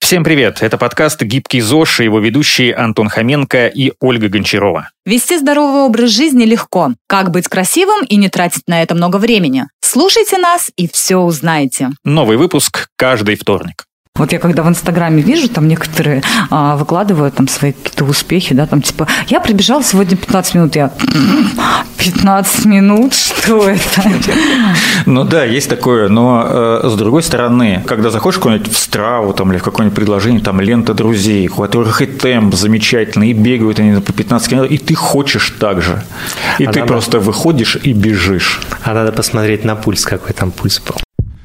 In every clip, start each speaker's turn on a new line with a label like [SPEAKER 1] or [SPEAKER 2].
[SPEAKER 1] Всем привет! Это подкаст «Гибкий ЗОЖ» и его ведущие Антон Хоменко и Ольга Гончарова.
[SPEAKER 2] Вести здоровый образ жизни легко. Как быть красивым и не тратить на это много времени? Слушайте нас и все узнаете.
[SPEAKER 1] Новый выпуск каждый вторник.
[SPEAKER 2] Вот я когда в Инстаграме вижу, там некоторые выкладывают там свои какие-то успехи, да, там типа, я пробежала сегодня 15 минут, 15 минут, что это?
[SPEAKER 1] Ну да, есть такое, но с другой стороны, когда заходишь куда-нибудь в Страву там, или в какое-нибудь предложение, там лента друзей, у которых и темп замечательный, и бегают они по 15 минут, и ты хочешь так же. И ты просто выходишь и бежишь.
[SPEAKER 3] А надо посмотреть на пульс, какой там пульс был.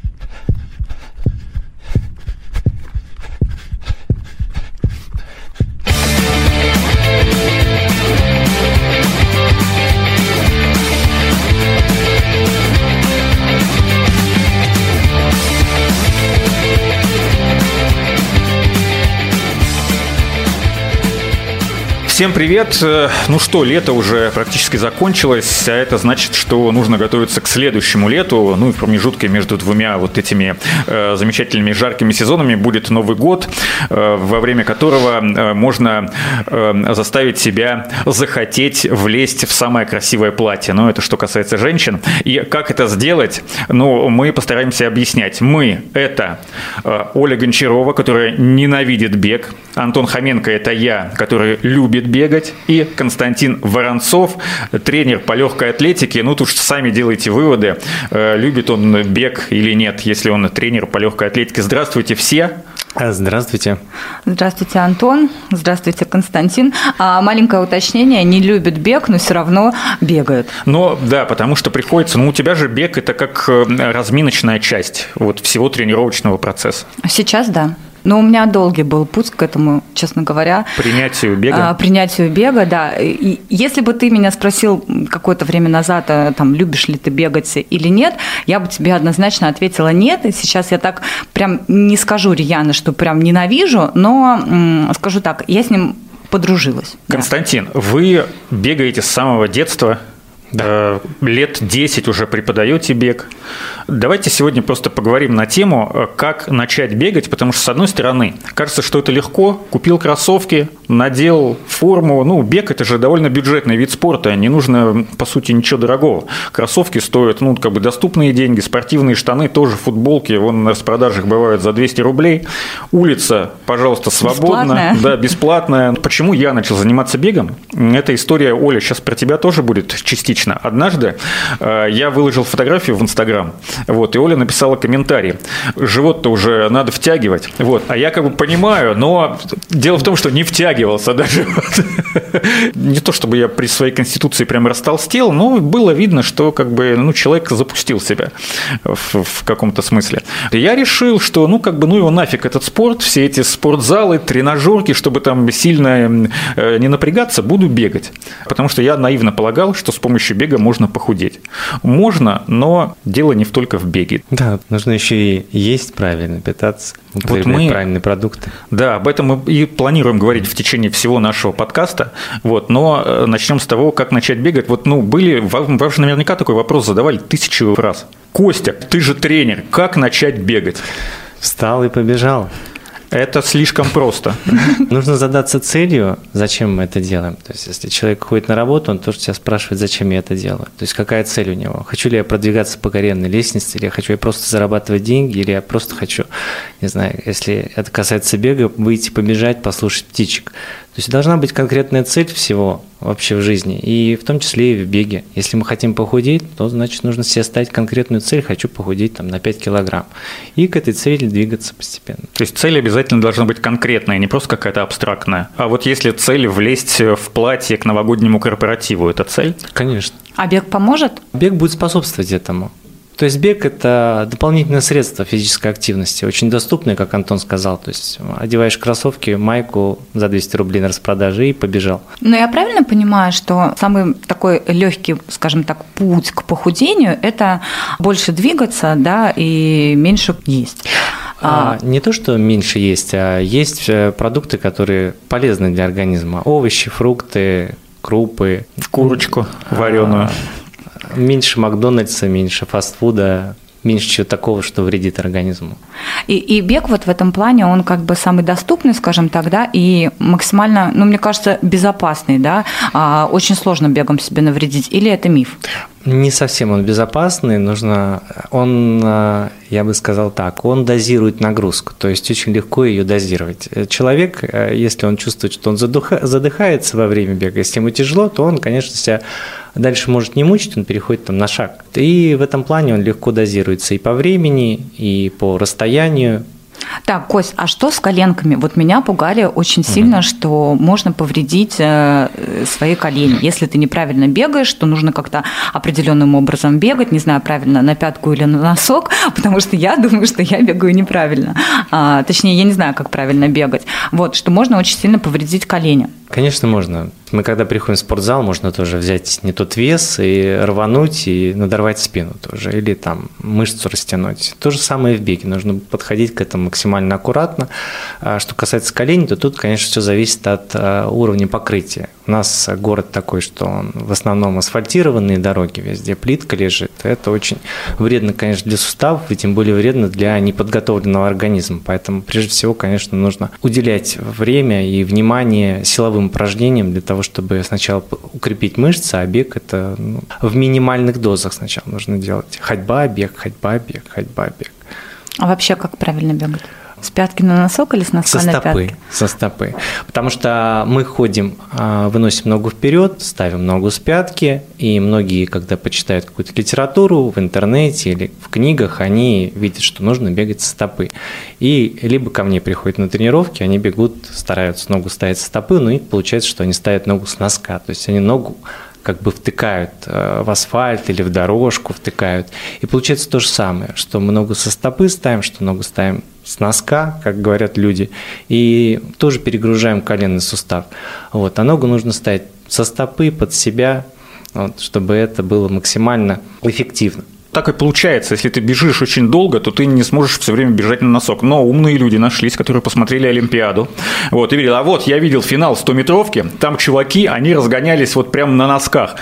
[SPEAKER 1] Всем привет! Ну что, лето уже практически закончилось, а это значит, что нужно готовиться к следующему лету. Ну и в промежутке между двумя вот этими замечательными жаркими сезонами будет Новый год, во время которого можно заставить себя захотеть влезть в самое красивое платье. Но это что касается женщин. И как это сделать, ну, мы постараемся объяснять. Мы – это Оля Гончарова, которая ненавидит бег, Антон Хоменко – это я, который любит бегать, и Константин Воронцов, тренер по легкой атлетике. Ну, тут сами делайте выводы, любит он бег или нет, если он тренер по легкой атлетике. Здравствуйте все.
[SPEAKER 3] Здравствуйте.
[SPEAKER 2] Здравствуйте, Антон. Здравствуйте, Константин. Маленькое уточнение, не любит бег, но все равно бегает.
[SPEAKER 1] Но да, потому что приходится, ну, у тебя же бег – это как разминочная часть вот всего тренировочного процесса.
[SPEAKER 2] Сейчас да. Но у меня долгий был путь к этому, честно говоря.
[SPEAKER 1] Принятию бега?
[SPEAKER 2] Принятию бега, да. И если бы ты меня спросил какое-то время назад, там, любишь ли ты бегать или нет, я бы тебе однозначно ответила нет. И сейчас я так прям не скажу рьяно, что прям ненавижу, но скажу так, я с ним подружилась.
[SPEAKER 1] Константин, да. Вы бегаете с самого детства. Да. Лет 10 уже преподаете бег. Давайте сегодня просто поговорим на тему, как начать бегать, потому что, с одной стороны, кажется, что это легко. Купил кроссовки, надел форму. Ну, бег – это же довольно бюджетный вид спорта, не нужно, по сути, ничего дорогого. Кроссовки стоят, ну, как бы доступные деньги, спортивные штаны, тоже футболки, вон на распродажах бывают за 200 рублей. Улица, пожалуйста, свободна. Бесплатная. Да, бесплатная. Почему я начал заниматься бегом? Эта история, Оля, сейчас про тебя тоже будет частично. Однажды я выложил фотографию в Инстаграм, вот, и Оля написала комментарий. Живот-то уже надо втягивать. Вот, а я как бы понимаю, но дело в том, что не втягивался даже. Не то чтобы я при своей конституции прям растолстел, но было видно, что как бы, ну, человек запустил себя в каком-то смысле. И я решил, что ну как бы ну его нафиг этот спорт, все эти спортзалы, тренажерки, чтобы там сильно не напрягаться, буду бегать. Потому что я наивно полагал, что с помощью бега можно похудеть. Можно, но дело не только в беге.
[SPEAKER 3] Да, нужно еще и есть правильно, питаться, употреблять правильные продукты.
[SPEAKER 1] Да, об этом мы и планируем говорить в течение всего нашего подкаста. Вот, но начнем с того, как начать бегать. Вот, ну, вам же наверняка такой вопрос задавали 1000 раз. Костя, ты же тренер, как начать бегать?
[SPEAKER 3] Встал и побежал.
[SPEAKER 1] Это слишком просто.
[SPEAKER 3] Нужно задаться целью, зачем мы это делаем. То есть, если человек ходит на работу, он тоже тебя спрашивает, зачем я это делаю. То есть, какая цель у него? Хочу ли я продвигаться по карьерной лестнице, или я хочу просто зарабатывать деньги, или я просто хочу, не знаю, если это касается бега, выйти побежать, послушать птичек. То есть, должна быть конкретная цель всего вообще в жизни, и в том числе и в беге. Если мы хотим похудеть, то, значит, нужно себе ставить конкретную цель, хочу похудеть там, на 5 килограмм, и к этой цели двигаться постепенно.
[SPEAKER 1] То есть цель обязательно должна быть конкретная, не просто какая-то абстрактная. А вот если цель влезть в платье к новогоднему корпоративу, это цель?
[SPEAKER 3] Конечно.
[SPEAKER 2] А бег поможет?
[SPEAKER 3] Бег будет способствовать этому. То есть бег – это дополнительное средство физической активности, очень доступное, как Антон сказал. То есть одеваешь кроссовки, майку за 200 рублей на распродаже и побежал.
[SPEAKER 2] Но я правильно понимаю, что самый такой легкий, скажем так, путь к похудению – это больше двигаться, да, и меньше есть?
[SPEAKER 3] Не то, что меньше есть, а есть продукты, которые полезны для организма. Овощи, фрукты, крупы.
[SPEAKER 1] Курочку вареную.
[SPEAKER 3] Меньше Макдональдса, меньше фастфуда, меньше чего такого, что вредит организму.
[SPEAKER 2] И бег вот в этом плане, он как бы самый доступный, скажем так, да, и максимально, мне кажется, безопасный, да, очень сложно бегом себе навредить, или это миф?
[SPEAKER 3] Не совсем он безопасный, я бы сказал так, он дозирует нагрузку, то есть очень легко ее дозировать. Человек, если он чувствует, что он задыхается во время бега, если ему тяжело, то он, конечно, себя дальше может не мучить, он переходит на шаг. И в этом плане он легко дозируется и по времени, и по расстоянию.
[SPEAKER 2] Так, Кость, а что с коленками? Вот меня пугали очень сильно, что можно повредить свои колени. Если ты неправильно бегаешь, то нужно как-то определенным образом бегать, не знаю, правильно, на пятку или на носок, потому что я думаю, что я бегаю неправильно. Точнее, я не знаю, как правильно бегать. Вот, что можно очень сильно повредить колени.
[SPEAKER 3] Конечно, можно. Мы когда приходим в спортзал, можно тоже взять не тот вес и рвануть, и надорвать спину тоже, или там мышцу растянуть. То же самое и в беге. Нужно подходить к этому максимально аккуратно. Что касается коленей, то тут, конечно, все зависит от уровня покрытия. У нас город такой, что он в основном асфальтированные дороги, везде плитка лежит. Это очень вредно, конечно, для суставов, и тем более вредно для неподготовленного организма. Поэтому, прежде всего, конечно, нужно уделять время и внимание силовым упражнениям для того, чтобы сначала укрепить мышцы, а бег – это в минимальных дозах сначала нужно делать. Ходьба, бег, ходьба, бег, ходьба, бег.
[SPEAKER 2] А вообще как правильно бегать? С пятки на носок или с носка на пятки?
[SPEAKER 3] Со стопы. Потому что мы ходим, выносим ногу вперед, ставим ногу с пятки, и многие, когда почитают какую-то литературу в интернете или в книгах, они видят, что нужно бегать со стопы. И либо ко мне приходят на тренировки, они бегут, стараются ногу ставить со стопы, но и получается, что они ставят ногу с носка. То есть они ногу как бы втыкают в асфальт или в дорожку втыкают. И получается то же самое, что мы ногу со стопы ставим, что ногу ставим с носка, как говорят люди, и тоже перегружаем коленный сустав. Вот. А ногу нужно ставить со стопы под себя, чтобы это было максимально эффективно.
[SPEAKER 1] Так и получается, если ты бежишь очень долго, то ты не сможешь все время бежать на носок. Но умные люди нашлись, которые посмотрели Олимпиаду. Вот, и видели, я видел финал 100-метровки, там чуваки, они разгонялись вот прямо на носках.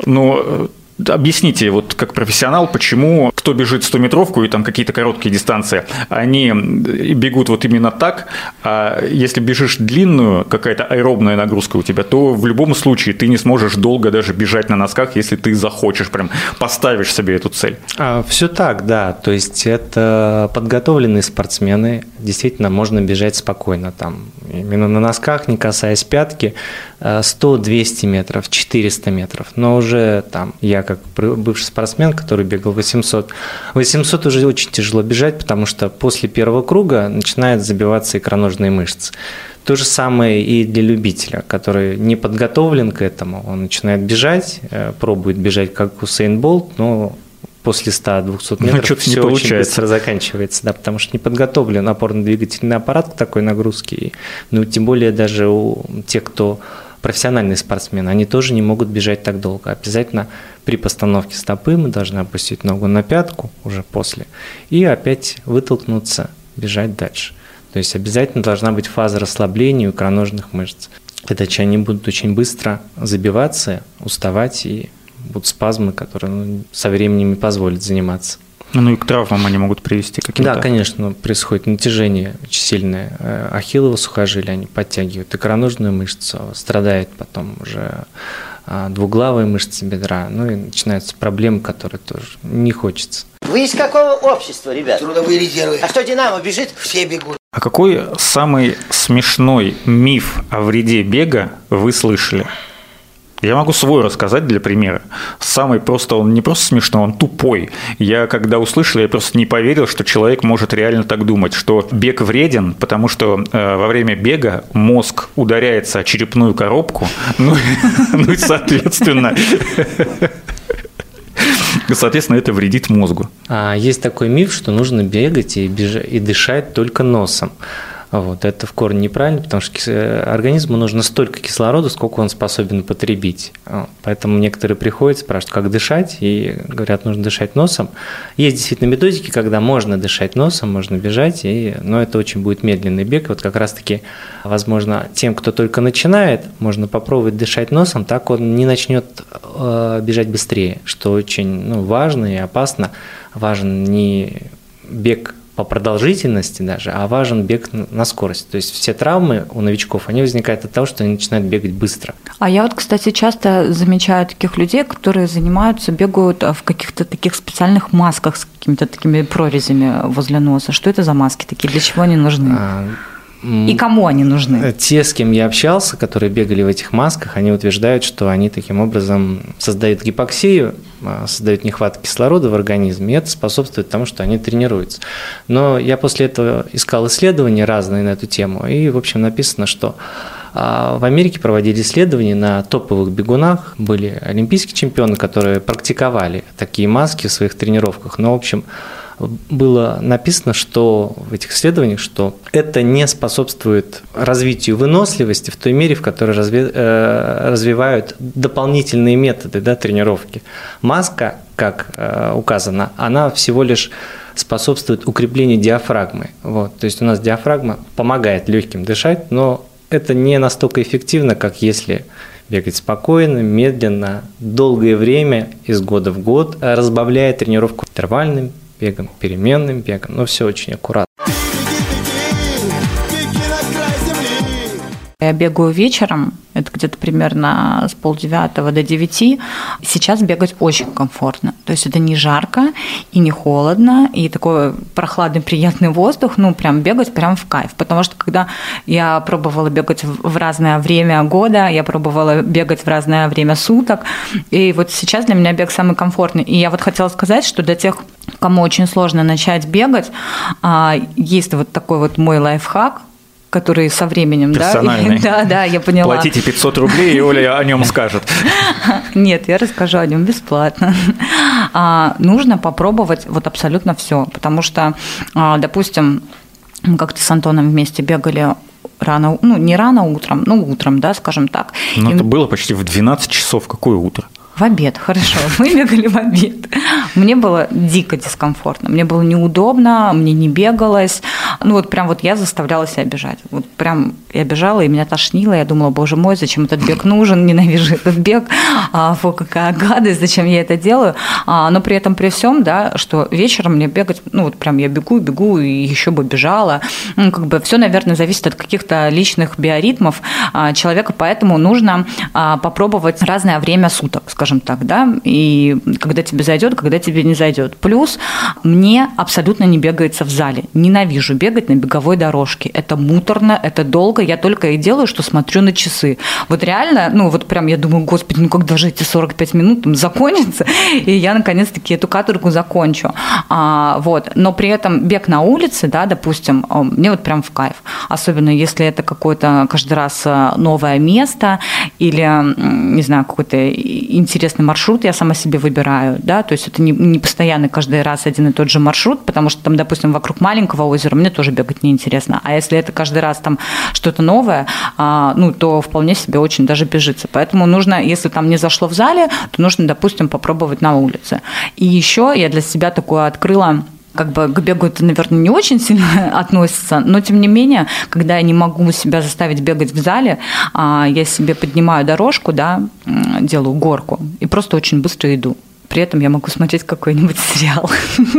[SPEAKER 1] Объясните, вот как профессионал, почему кто бежит 100-метровку и там какие-то короткие дистанции, они бегут вот именно так, а если бежишь длинную, какая-то аэробная нагрузка у тебя, то в любом случае ты не сможешь долго даже бежать на носках, если ты захочешь, прям поставишь себе эту цель.
[SPEAKER 3] Все так, да, то есть это подготовленные спортсмены, действительно можно бежать спокойно там, именно на носках, не касаясь пятки, 100-200 метров, 400 метров, но уже там я как бывший спортсмен, который бегал 800 уже очень тяжело бежать, потому что после первого круга начинают забиваться икроножные мышцы. То же самое и для любителя, который не подготовлен к этому, он начинает бежать, пробует бежать как Усейн Болт, но после 100-200 метров все очень быстро заканчивается, да, потому что не подготовлен опорно-двигательный аппарат к такой нагрузке, тем более даже у тех, кто профессиональные спортсмены, они тоже не могут бежать так долго. Обязательно при постановке стопы мы должны опустить ногу на пятку уже после и опять вытолкнуться, бежать дальше. То есть обязательно должна быть фаза расслабления у икроножных мышц. Иначе они будут очень быстро забиваться, уставать, и будут спазмы, которые со временем не позволят заниматься.
[SPEAKER 1] И к травмам они могут привести каким-то.
[SPEAKER 3] Да, конечно, происходит натяжение очень сильное ахиллово сухожилия, они подтягивают икроножную мышцу, страдает потом уже двуглавая мышца бедра, и начинаются проблемы, которые тоже не хочется.
[SPEAKER 4] Вы из какого общества, ребят?
[SPEAKER 5] Трудовые резервы.
[SPEAKER 4] А что, Динамо бежит?
[SPEAKER 5] Все бегут.
[SPEAKER 1] А какой самый смешной миф о вреде бега вы слышали? Я могу свой рассказать для примера. Самый просто, он не просто смешной, он тупой. Я когда услышал, я просто не поверил, что человек может реально так думать, что бег вреден, потому что во время бега мозг ударяется о черепную коробку, и соответственно... Соответственно, это вредит мозгу.
[SPEAKER 3] Есть такой миф, что нужно бегать и дышать только носом. Вот, это в корне неправильно, потому что организму нужно столько кислорода, сколько он способен потребить. Поэтому некоторые приходят, спрашивают, как дышать, и говорят, нужно дышать носом. Есть действительно методики, когда можно дышать носом, можно бежать, но это очень будет медленный бег. Вот как раз-таки, возможно, тем, кто только начинает, можно попробовать дышать носом, так он не начнет бежать быстрее, что очень важно и опасно. Важен не бег по продолжительности даже, а важен бег на скорость. То есть все травмы у новичков, они возникают от того, что они начинают бегать быстро.
[SPEAKER 2] А я вот, кстати, часто замечаю таких людей, которые занимаются, бегают в каких-то таких специальных масках с какими-то такими прорезями возле носа. Что это за маски такие? Для чего они нужны? И кому они нужны?
[SPEAKER 3] Те, с кем я общался, которые бегали в этих масках, они утверждают, что они таким образом создают гипоксию, создают нехватку кислорода в организме, и это способствует тому, что они тренируются. Но я после этого искал исследования разные на эту тему, и, в общем, написано, что в Америке проводили исследования на топовых бегунах, были олимпийские чемпионы, которые практиковали такие маски в своих тренировках, но, в общем, было написано, что в этих исследованиях, что это не способствует развитию выносливости в той мере, в которой развивают дополнительные методы тренировки. Маска, как указано, она всего лишь способствует укреплению диафрагмы. Вот. То есть у нас диафрагма помогает легким дышать, но это не настолько эффективно, как если бегать спокойно, медленно, долгое время, из года в год, разбавляя тренировку интервальным бегом, переменным бегом, но все очень аккуратно.
[SPEAKER 2] Я бегаю вечером, это где-то примерно с 8:30 до 9. Сейчас бегать очень комфортно. То есть это не жарко и не холодно, и такой прохладный, приятный воздух, прям бегать прям в кайф. Потому что когда я пробовала бегать в разное время года, я пробовала бегать в разное время суток, и вот сейчас для меня бег самый комфортный. И я вот хотела сказать, что для тех, кому очень сложно начать бегать, есть вот такой вот мой лайфхак, который со временем,
[SPEAKER 1] персональный.
[SPEAKER 2] Да, я поняла.
[SPEAKER 1] Платите 500 рублей, и Оля о нем скажет.
[SPEAKER 2] Нет, я расскажу о нем бесплатно. Нужно попробовать вот абсолютно все, потому что, допустим, мы как-то с Антоном вместе бегали рано, не рано утром, утром, скажем так.
[SPEAKER 1] Но это было почти в 12 часов. Какое утро?
[SPEAKER 2] В обед, хорошо. Мы бегали в обед. Мне было дико дискомфортно. Мне было неудобно, мне не бегалось. Я заставляла себя бежать. Вот прям я бежала, и меня тошнило. Я думала, боже мой, зачем этот бег нужен? Ненавижу этот бег. Фу, какая гадость, зачем я это делаю? Но при этом, при всем, что вечером мне бегать, я бегу, и еще бы бежала. Все, наверное, зависит от каких-то личных биоритмов человека, поэтому нужно попробовать разное время суток, скажем так, и когда тебе зайдет, когда тебе не зайдет. Плюс мне абсолютно не бегается в зале. Ненавижу бегать на беговой дорожке. Это муторно, это долго. Я только и делаю, что смотрю на часы. Вот реально, я думаю, господи, когда же эти 45 минут закончатся, и я наконец-таки эту каторгу закончу. Но при этом бег на улице, допустим, мне вот прям в кайф. Особенно если это какое-то каждый раз новое место или, не знаю, какой-то интересный маршрут я сама себе выбираю, то есть это не постоянно каждый раз один и тот же маршрут, потому что там, допустим, вокруг маленького озера мне тоже бегать неинтересно, а если это каждый раз там что-то новое, то вполне себе очень даже бежится. Поэтому нужно, если там не зашло в зале, то нужно, допустим, попробовать на улице. И еще я для себя такое открыла, к бегу это, наверное, не очень сильно относится, но, тем не менее, когда я не могу себя заставить бегать в зале, я себе поднимаю дорожку, делаю горку и просто очень быстро иду. При этом я могу смотреть какой-нибудь сериал.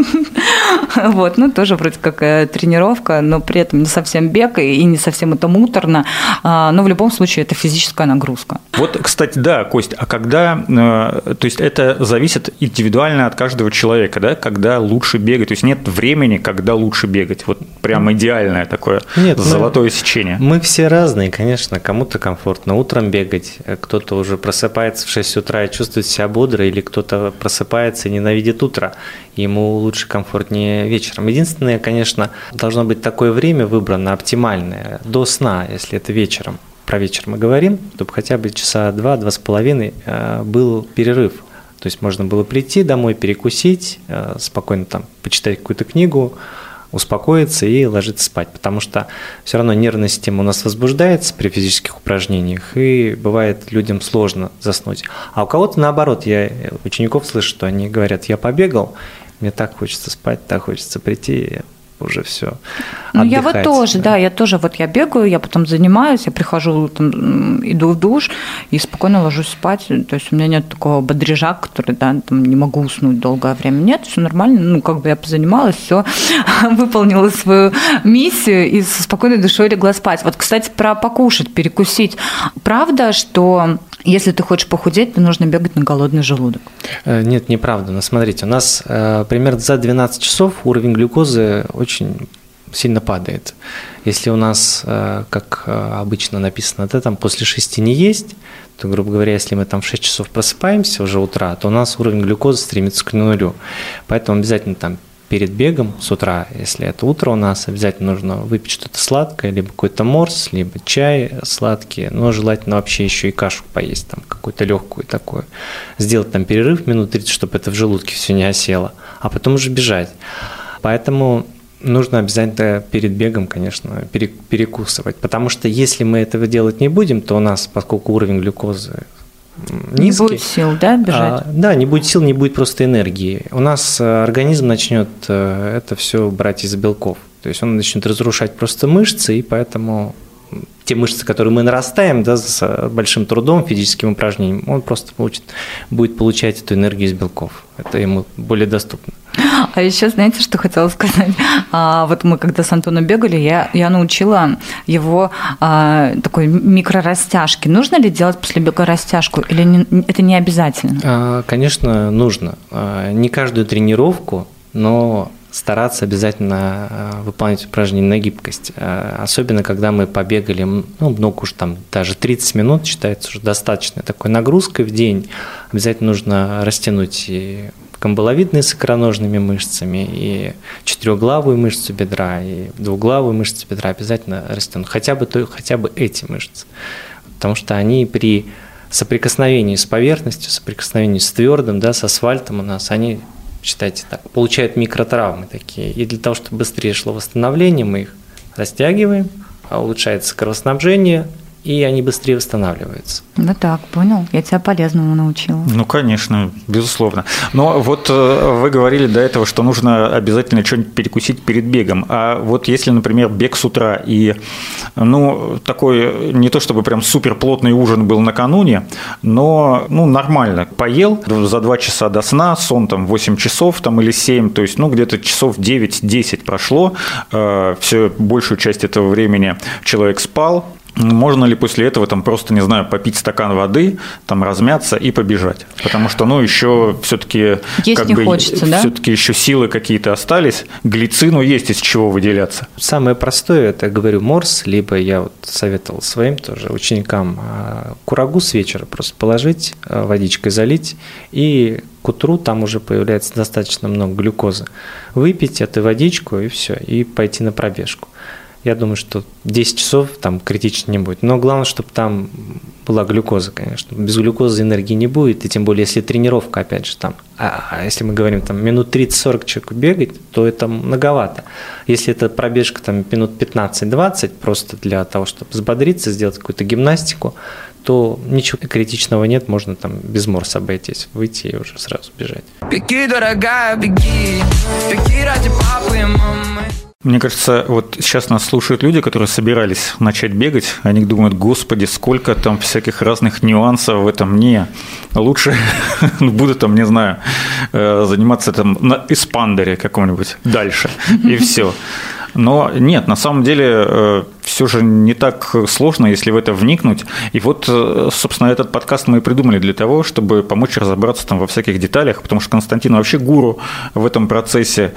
[SPEAKER 2] Тоже вроде как тренировка, но при этом не совсем бег и не совсем это муторно, но в любом случае это физическая нагрузка.
[SPEAKER 1] Вот, кстати, Кость, а когда, то есть это зависит индивидуально от каждого человека, когда лучше бегать, то есть нет времени, когда лучше бегать, вот прям идеальное такое золотое сечение.
[SPEAKER 3] Мы все разные, конечно, кому-то комфортно утром бегать, кто-то уже просыпается в 6 утра и чувствует себя бодро, или кто-то просыпается и ненавидит утро, ему лучше, комфортнее вечером. Единственное, конечно, должно быть такое время выбрано оптимальное, до сна, если это вечером. Про вечер мы говорим, чтобы хотя бы часа 2-2,5 был перерыв. То есть можно было прийти домой, перекусить, спокойно почитать какую-то книгу, успокоиться и ложиться спать, потому что все равно нервная система у нас возбуждается при физических упражнениях, и бывает людям сложно заснуть. А у кого-то наоборот, я учеников слышу, что они говорят: я побегал, мне так хочется спать, так хочется прийти, уже все.
[SPEAKER 2] Ну, я вот тоже, да, я бегаю, я потом занимаюсь, я прихожу, там, иду в душ и спокойно ложусь спать. То есть у меня нет такого бодряжа, который, да, там, не могу уснуть долгое время. Нет, все нормально. Ну, как бы я позанималась, все, выполнила свою миссию и со спокойной душой легла спать. Вот, кстати, про покушать, перекусить. Правда, что если ты хочешь похудеть, то нужно бегать на голодный желудок?
[SPEAKER 3] Нет, неправда. Но смотрите, у нас примерно за 12 часов уровень глюкозы очень сильно падает. Если у нас, как обычно написано, да, там после 6 не есть, то, грубо говоря, если мы там в 6 часов просыпаемся уже утра, то у нас уровень глюкозы стремится к нулю. Поэтому обязательно там перед бегом с утра, если это утро у нас, обязательно нужно выпить что-то сладкое, либо какой-то морс, либо чай сладкий, но желательно вообще еще и кашу поесть, там какую-то легкую такую. Сделать там перерыв минут 30, чтобы это в желудке все не осело, а потом уже бежать. Поэтому нужно обязательно перед бегом, конечно, перекусывать, потому что если мы этого делать не будем, то у нас, поскольку уровень глюкозы низкий,
[SPEAKER 2] не будет сил, да, бежать?
[SPEAKER 3] Да, не будет сил, не будет просто энергии. У нас организм начнет это все брать из белков. То есть он начнет разрушать просто мышцы, и поэтому те мышцы, которые мы нарастаем, да, с большим трудом, физическим упражнением, он просто будет получать эту энергию из белков. Это ему более доступно.
[SPEAKER 2] А еще, знаете, что хотела сказать? Вот мы когда с Антоном бегали, я научила его такой микрорастяжке. Нужно ли делать после бега растяжку или это не обязательно?
[SPEAKER 3] Конечно, нужно. Не каждую тренировку, но стараться обязательно выполнять упражнения на гибкость. Особенно, когда мы побегали, много уж там, даже 30 минут считается уже достаточной такой нагрузкой в день. Обязательно нужно растянуть и камбаловидные с икроножными мышцами, и четырехглавую мышцу бедра, и двуглавую мышцу бедра обязательно растянуть. Хотя бы эти мышцы. Потому что они при соприкосновении с поверхностью, соприкосновении с твердым, да, с асфальтом у нас, они, считайте так, получают микротравмы такие. И для того, чтобы быстрее шло восстановление, мы их растягиваем, улучшается кровоснабжение, и они быстрее восстанавливаются.
[SPEAKER 2] Ну так, понял. Я тебя полезному научила.
[SPEAKER 1] Ну, конечно, безусловно. Но вот вы говорили до этого, что нужно обязательно что-нибудь перекусить перед бегом. А вот если, например, бег с утра и, такой, не то чтобы прям супер плотный ужин был накануне, но, нормально. Поел за 2 часа до сна, сон там 8 часов там, или 7, то есть, где-то часов 9-10 прошло, все, большую часть этого времени человек спал. Можно ли после этого там просто, не знаю, попить стакан воды, там размяться и побежать? Потому что, еще все-таки
[SPEAKER 2] есть не хочется, да?
[SPEAKER 1] Все-таки еще силы какие-то остались, глицину есть из чего выделяться.
[SPEAKER 3] Самое простое, это, говорю, морс, либо я вот советовал своим тоже ученикам курагу с вечера просто положить, водичкой залить, и к утру там уже появляется достаточно много глюкозы. Выпить эту водичку и все, и пойти на пробежку. Я думаю, что 10 часов там критично не будет. Но главное, чтобы там была глюкоза, конечно. Без глюкозы энергии не будет. И тем более, если тренировка, опять же, там, если мы говорим, там, минут 30-40 человеку бегать, то это многовато. Если это пробежка там, минут 15-20, просто для того, чтобы взбодриться, сделать какую-то гимнастику, то ничего критичного нет, можно там без морса обойтись, выйти и уже сразу бежать.
[SPEAKER 5] Беги, дорогая, беги, беги ради папы и мамы.
[SPEAKER 1] Мне кажется, вот сейчас нас слушают люди, которые собирались начать бегать, они думают: господи, сколько там всяких разных нюансов в этом. Не, лучше буду там, не знаю, заниматься там на эспандере каком-нибудь дальше, и все. Но нет, на самом деле все же не так сложно, если в это вникнуть. И вот, собственно, этот подкаст мы и придумали для того, чтобы помочь разобраться там во всяких деталях, потому что Константин вообще гуру в этом процессе.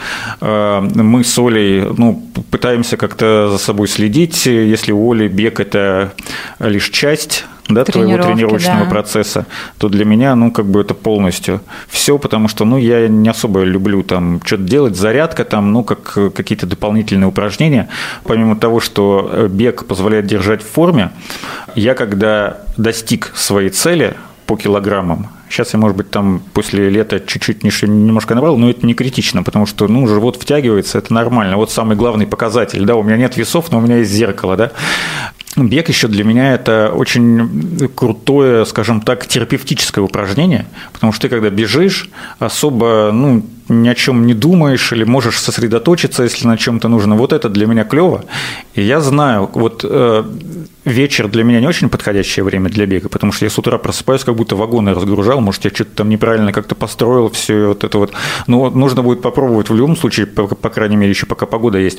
[SPEAKER 1] Мы с Олей пытаемся как-то за собой следить. Если у Оли бег – это лишь часть твоего тренировочного процесса, то для меня, это полностью все, потому что, я не особо люблю там что-то делать, зарядка там, как какие-то дополнительные упражнения. Помимо того, что бег позволяет держать в форме, я когда достиг своей цели, по килограммам. Сейчас я, может быть, там после лета чуть-чуть немножко набрал, но это не критично, потому что, живот втягивается, это нормально. Вот самый главный показатель, да, у меня нет весов, но у меня есть зеркало, да. Бег еще для меня это очень крутое, скажем так, терапевтическое упражнение, потому что ты, когда бежишь, особо, ни о чем не думаешь или можешь сосредоточиться, если на чем-то нужно. Вот это для меня клево. И я знаю, вечер для меня не очень подходящее время для бега, потому что я с утра просыпаюсь, как будто вагоны разгружал, может, я что-то там неправильно как-то построил все вот это вот. Нужно будет попробовать в любом случае, по крайней мере, еще пока погода есть.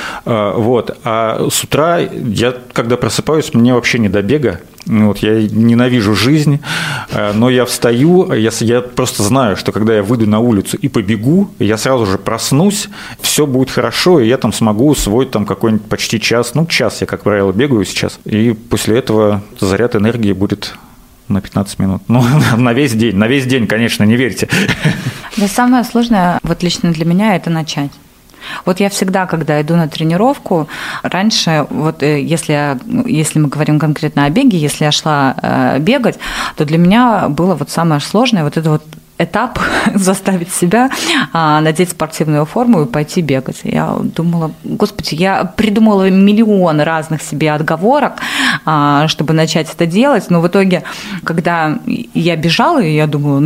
[SPEAKER 1] А с утра я, когда просыпаюсь, мне вообще не до бега. Я ненавижу жизнь, но я встаю, я просто знаю, что когда я выйду на улицу и побегу, я сразу же проснусь, все будет хорошо, и я там смогу усвоить там какой-нибудь почти час, час я, как правило, бегаю сейчас, и после этого заряд энергии будет на 15 минут. На весь день, конечно, не верьте.
[SPEAKER 2] Да, самое сложное, лично для меня, это начать. Я всегда, когда иду на тренировку, раньше, если мы говорим конкретно о беге, если я шла бегать, то для меня было самое сложное этап заставить себя надеть спортивную форму и пойти бегать. Я думала, господи, я придумала миллион разных себе отговорок, чтобы начать это делать, но в итоге, когда я бежала, я думала,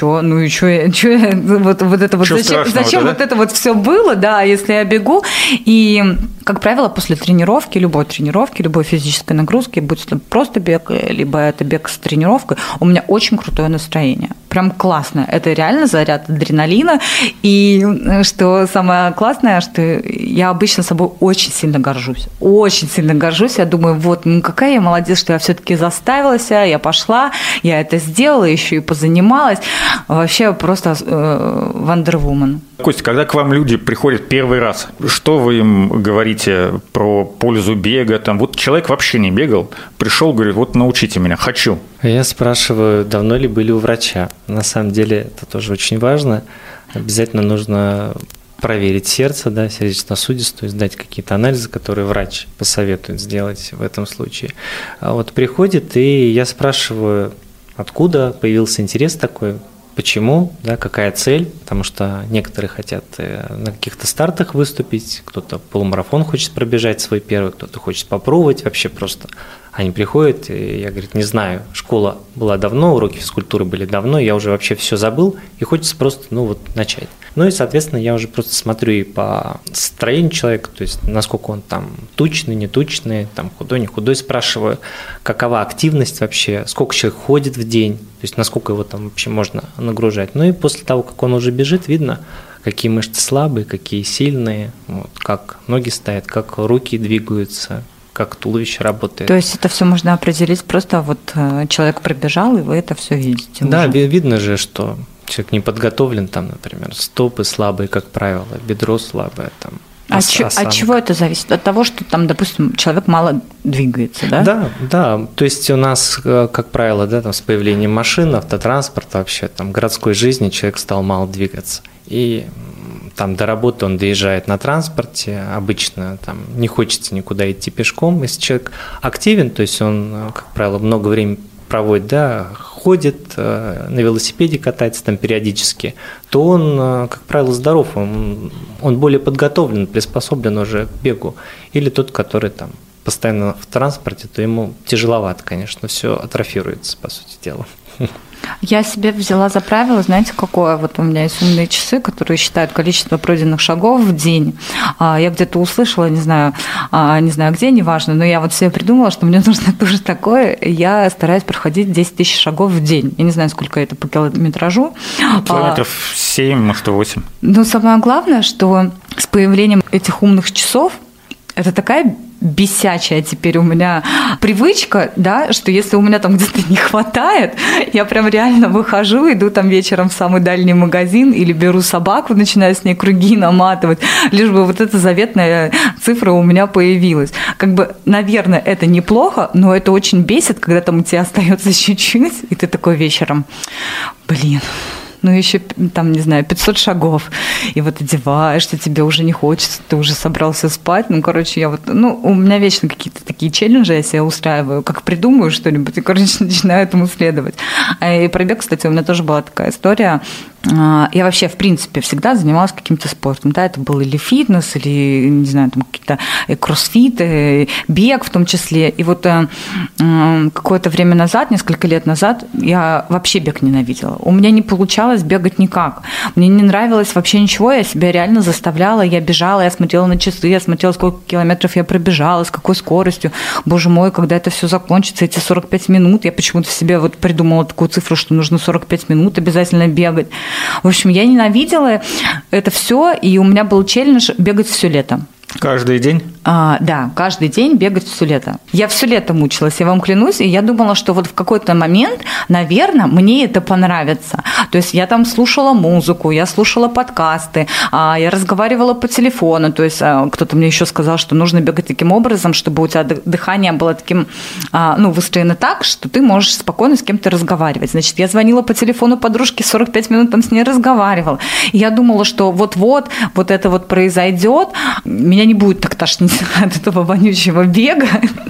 [SPEAKER 2] зачем это все было, да, если я бегу, и, как правило, после тренировки, любой физической нагрузки, будь это просто бег, либо это бег с тренировкой, у меня очень крутое настроение, прям классно. Это реально заряд адреналина. И что самое классное, что я обычно собой очень сильно горжусь. Очень сильно горжусь. Я думаю, какая я молодец, что я все-таки заставила себя, я пошла, я это сделала, еще и позанималась. Вообще просто Wonder-Woman.
[SPEAKER 1] Костя, когда к вам люди приходят первый раз, что вы им говорите про пользу бега? Человек вообще не бегал, пришел, говорит, научите меня, хочу.
[SPEAKER 3] Я спрашиваю, давно ли были у врача. На самом деле это тоже очень важно. Обязательно нужно проверить сердце, да, сердечно-сосудистую, сдать какие-то анализы, которые врач посоветует сделать в этом случае. Приходит, и я спрашиваю, откуда появился интерес такой, почему, да, какая цель, потому что некоторые хотят на каких-то стартах выступить, кто-то полумарафон хочет пробежать свой первый, кто-то хочет попробовать вообще просто. Они приходят, и я, говорит, не знаю, школа была давно, уроки физкультуры были давно, я уже вообще все забыл, и хочется просто, начать. И, соответственно, я уже просто смотрю и по строению человека, то есть насколько он там тучный, не тучный, там худой, не худой, спрашиваю, какова активность вообще, сколько человек ходит в день, то есть насколько его там вообще можно нагружать. И после того, как он уже бежит, видно, какие мышцы слабые, какие сильные, как ноги стоят, как руки двигаются, как туловище работает.
[SPEAKER 2] То есть это все можно определить, просто человек пробежал, и вы это все видите.
[SPEAKER 3] Да,
[SPEAKER 2] уже.
[SPEAKER 3] Видно же, что человек не подготовлен, например, стопы слабые, как правило, бедро слабое,
[SPEAKER 2] От чего это зависит? От того, что допустим, человек мало двигается, да?
[SPEAKER 3] Да. То есть у нас, как правило, с появлением машин, автотранспорта, вообще городской жизни человек стал мало двигаться. И до работы он доезжает на транспорте, обычно не хочется никуда идти пешком. Если человек активен, то есть он, как правило, много времени проводит, ходит, на велосипеде катается периодически, то он, как правило, здоров, он более подготовлен, приспособлен уже к бегу. Или тот, который постоянно в транспорте, то ему тяжеловато, конечно, все атрофируется, по сути дела.
[SPEAKER 2] Я себе взяла за правило, знаете, какое? У меня есть умные часы, которые считают количество пройденных шагов в день. Я где-то услышала, не знаю где, неважно, но я себе придумала, что мне нужно тоже такое. Я стараюсь проходить 10 тысяч шагов в день. Я не знаю, сколько это по километражу.
[SPEAKER 1] Километров 7, может, 8.
[SPEAKER 2] Но самое главное, что с появлением этих умных часов это такая бесячая теперь у меня привычка, что если у меня где-то не хватает, я прям реально выхожу, иду вечером в самый дальний магазин или беру собаку, начинаю с ней круги наматывать, лишь бы эта заветная цифра у меня появилась. Наверное, это неплохо, но это очень бесит, когда у тебя остается чуть-чуть, и ты такой вечером, ну еще там, не знаю, 500 шагов, и вот одеваешься, тебе уже не хочется, ты уже собрался спать, ну, короче, я вот, ну, у меня вечно какие-то такие челленджи я себе устраиваю, как придумаю что-нибудь, и, короче, начинаю этому следовать. И пробег, кстати, у меня тоже была такая история. Я вообще, в принципе, всегда занималась каким-то спортом. Да, это был или фитнес, или, не знаю, там какие-то кроссфиты, бег в том числе. И вот какое-то время назад, несколько лет назад, я вообще бег ненавидела. У меня не получалось бегать никак. Мне не нравилось вообще ничего. Я себя реально заставляла. Я бежала, я смотрела на часы, я смотрела, сколько километров я пробежала, с какой скоростью. Боже мой, когда это все закончится, эти 45 минут. Я почему-то себе вот придумала такую цифру, что нужно 45 минут обязательно бегать. В общем, я ненавидела это все, и у меня был челлендж бегать все лето.
[SPEAKER 1] Каждый день?
[SPEAKER 2] Да, каждый день бегать все лето. Я все лето мучилась, я вам клянусь, и я думала, что вот в какой-то момент, наверное, мне это понравится. То есть я там слушала музыку, я слушала подкасты, я разговаривала по телефону, то есть кто-то мне еще сказал, что нужно бегать таким образом, чтобы у тебя дыхание было таким, ну, выстроено так, что ты можешь спокойно с кем-то разговаривать. Значит, я звонила по телефону подружке, 45 минут там с ней разговаривала. И я думала, что вот-вот, вот это вот произойдет, меня не будет так тошнить от этого вонючего бега.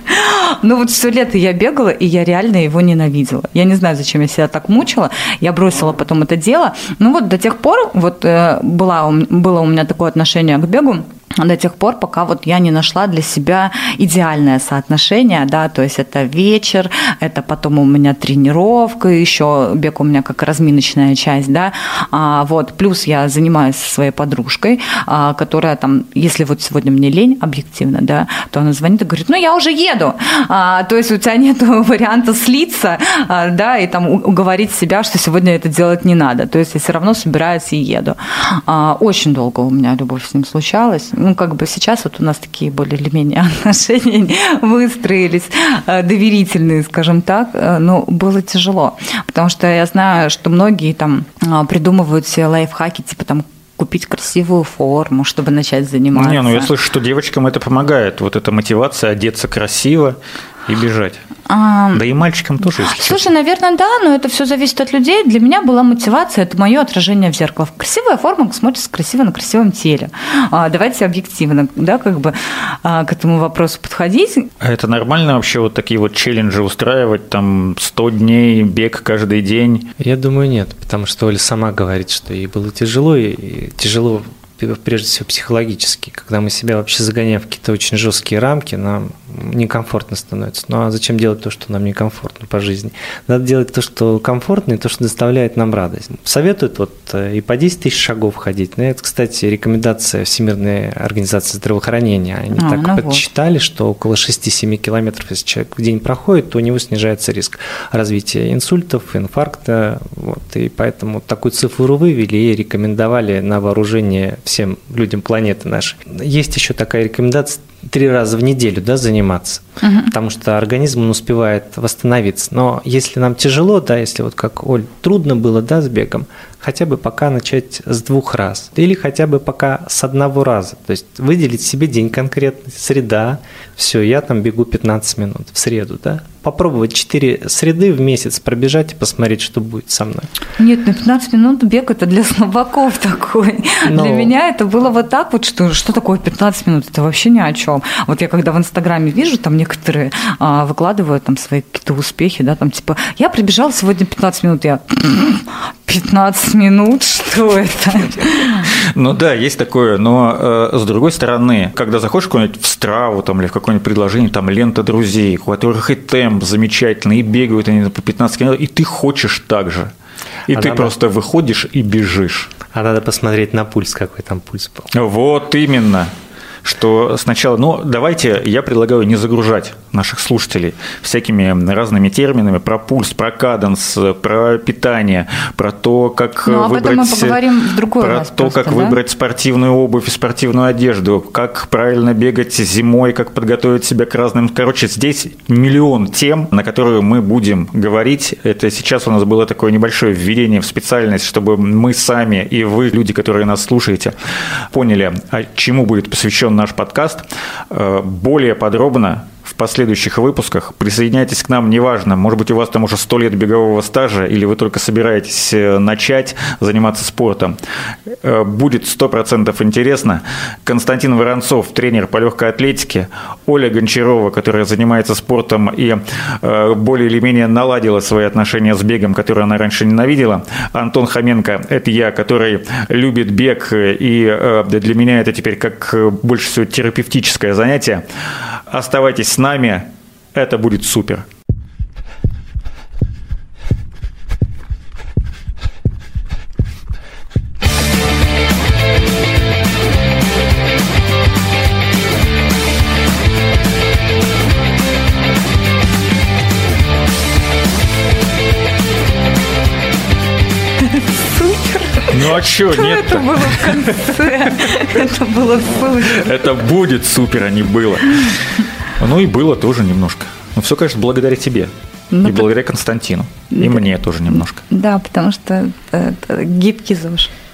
[SPEAKER 2] Но вот все лето я бегала, и я реально его ненавидела. Я не знаю, зачем я себя так мучила. Я бросила потом это дело. Ну вот до тех пор вот было у меня такое отношение к бегу, до тех пор, пока вот я не нашла для себя идеальное соотношение, да, то есть это вечер, это потом у меня тренировка, еще бег у меня как разминочная часть, да, вот, плюс я занимаюсь со своей подружкой, которая там, если вот сегодня мне лень, объективно, да, то она звонит и говорит, ну, я уже еду, то есть у тебя нет варианта слиться, да, и там уговорить себя, что сегодня это делать не надо, то есть я все равно собираюсь и еду. Очень долго у меня любовь с ним случалась. Ну, как бы сейчас вот у нас такие более или менее отношения выстроились, доверительные, скажем так, но было тяжело, потому что я знаю, что многие там придумывают себе лайфхаки, типа там купить красивую форму, чтобы начать заниматься.
[SPEAKER 1] Не, ну я слышу, что девочкам это помогает, вот эта мотивация одеться красиво и бежать. Да и мальчикам тоже, если
[SPEAKER 2] Слушай,
[SPEAKER 1] честно.
[SPEAKER 2] наверное, да, но это все зависит от людей. Для меня была мотивация, это мое отражение в зеркало. Красивая форма смотрится красиво на красивом теле. Давайте объективно, да, как бы к этому вопросу подходить.
[SPEAKER 1] А это нормально вообще вот такие вот челленджи устраивать, там 100 дней, бег каждый день?
[SPEAKER 3] Я думаю, нет, потому что Оля сама говорит, что ей было тяжело, и тяжело прежде всего психологически. Когда мы себя вообще загоняем в какие-то очень жесткие рамки, нам некомфортно становится. Ну а зачем делать то, что нам некомфортно по жизни? Надо делать то, что комфортно, и то, что доставляет нам радость. Советуют вот и по 10 тысяч шагов ходить. Ну, это, кстати, рекомендация Всемирной организации здравоохранения. Они так подсчитали, что около 6-7 километров, если человек в день проходит, то у него снижается риск развития инсультов, инфаркта. Вот, и поэтому такую цифру вывели и рекомендовали на вооружение всем людям планеты нашей. Есть еще такая рекомендация 3 раза в неделю, да, заниматься, потому что организм он успевает восстановиться. Но если нам тяжело, да, если вот как Оль, трудно было, да, с бегом, хотя бы пока начать с 2 раз или хотя бы пока с 1 раза. То есть выделить себе день конкретный, среда, все, я там бегу 15 минут в среду, да. Попробовать 4 среды в месяц пробежать и посмотреть, что будет со мной.
[SPEAKER 2] Нет, на 15 минут бег это для слабаков такой. Для меня это было вот так вот, что такое 15 минут, это вообще ни о чем. Вот я когда в Инстаграме вижу, там некоторые выкладывают там свои какие-то успехи, да, там типа, я пробежала сегодня 15 минут, я 15 минут, что это?
[SPEAKER 1] Ну да, есть такое, но с другой стороны, когда заходишь куда-нибудь в Страву там, или в какое-нибудь предложение, там лента друзей, у которых и темп замечательный, и бегают они по 15 километров, и ты хочешь так же. И ты просто выходишь и бежишь.
[SPEAKER 3] А надо посмотреть на пульс, какой там пульс был.
[SPEAKER 1] Вот именно. Что сначала, ну, давайте, я предлагаю не загружать наших слушателей всякими разными терминами про пульс, про каденс, про питание, про то, как выбрать,
[SPEAKER 2] мы поговорим в другой
[SPEAKER 1] про
[SPEAKER 2] раз
[SPEAKER 1] то,
[SPEAKER 2] просто,
[SPEAKER 1] как
[SPEAKER 2] да?
[SPEAKER 1] выбрать спортивную обувь и спортивную одежду, как правильно бегать зимой, как подготовить себя к разным. Короче, здесь миллион тем, на которые мы будем говорить. Это сейчас у нас было такое небольшое введение в специальность, чтобы мы сами и вы, люди, которые нас слушаете, поняли, чему будет посвящен наш подкаст. Более подробно в последующих выпусках. Присоединяйтесь к нам, неважно, может быть, у вас там уже 100 лет бегового стажа, или вы только собираетесь начать заниматься спортом. Будет 100% интересно. Константин Воронцов, тренер по легкой атлетике, Оля Гончарова, которая занимается спортом и более или менее наладила свои отношения с бегом, которые она раньше ненавидела. Антон Хоменко – это я, который любит бег, и для меня это теперь как больше всего терапевтическое занятие. Оставайтесь с нами, это будет супер. Ну а что, нет-то?
[SPEAKER 2] Это было в конце. Это было супер.
[SPEAKER 1] Это будет супер, а не было. Ну и было тоже немножко. Но все, конечно, благодаря тебе. И благодаря Константину. И мне тоже немножко.
[SPEAKER 2] Да, потому что это гибкий ЗОЖ.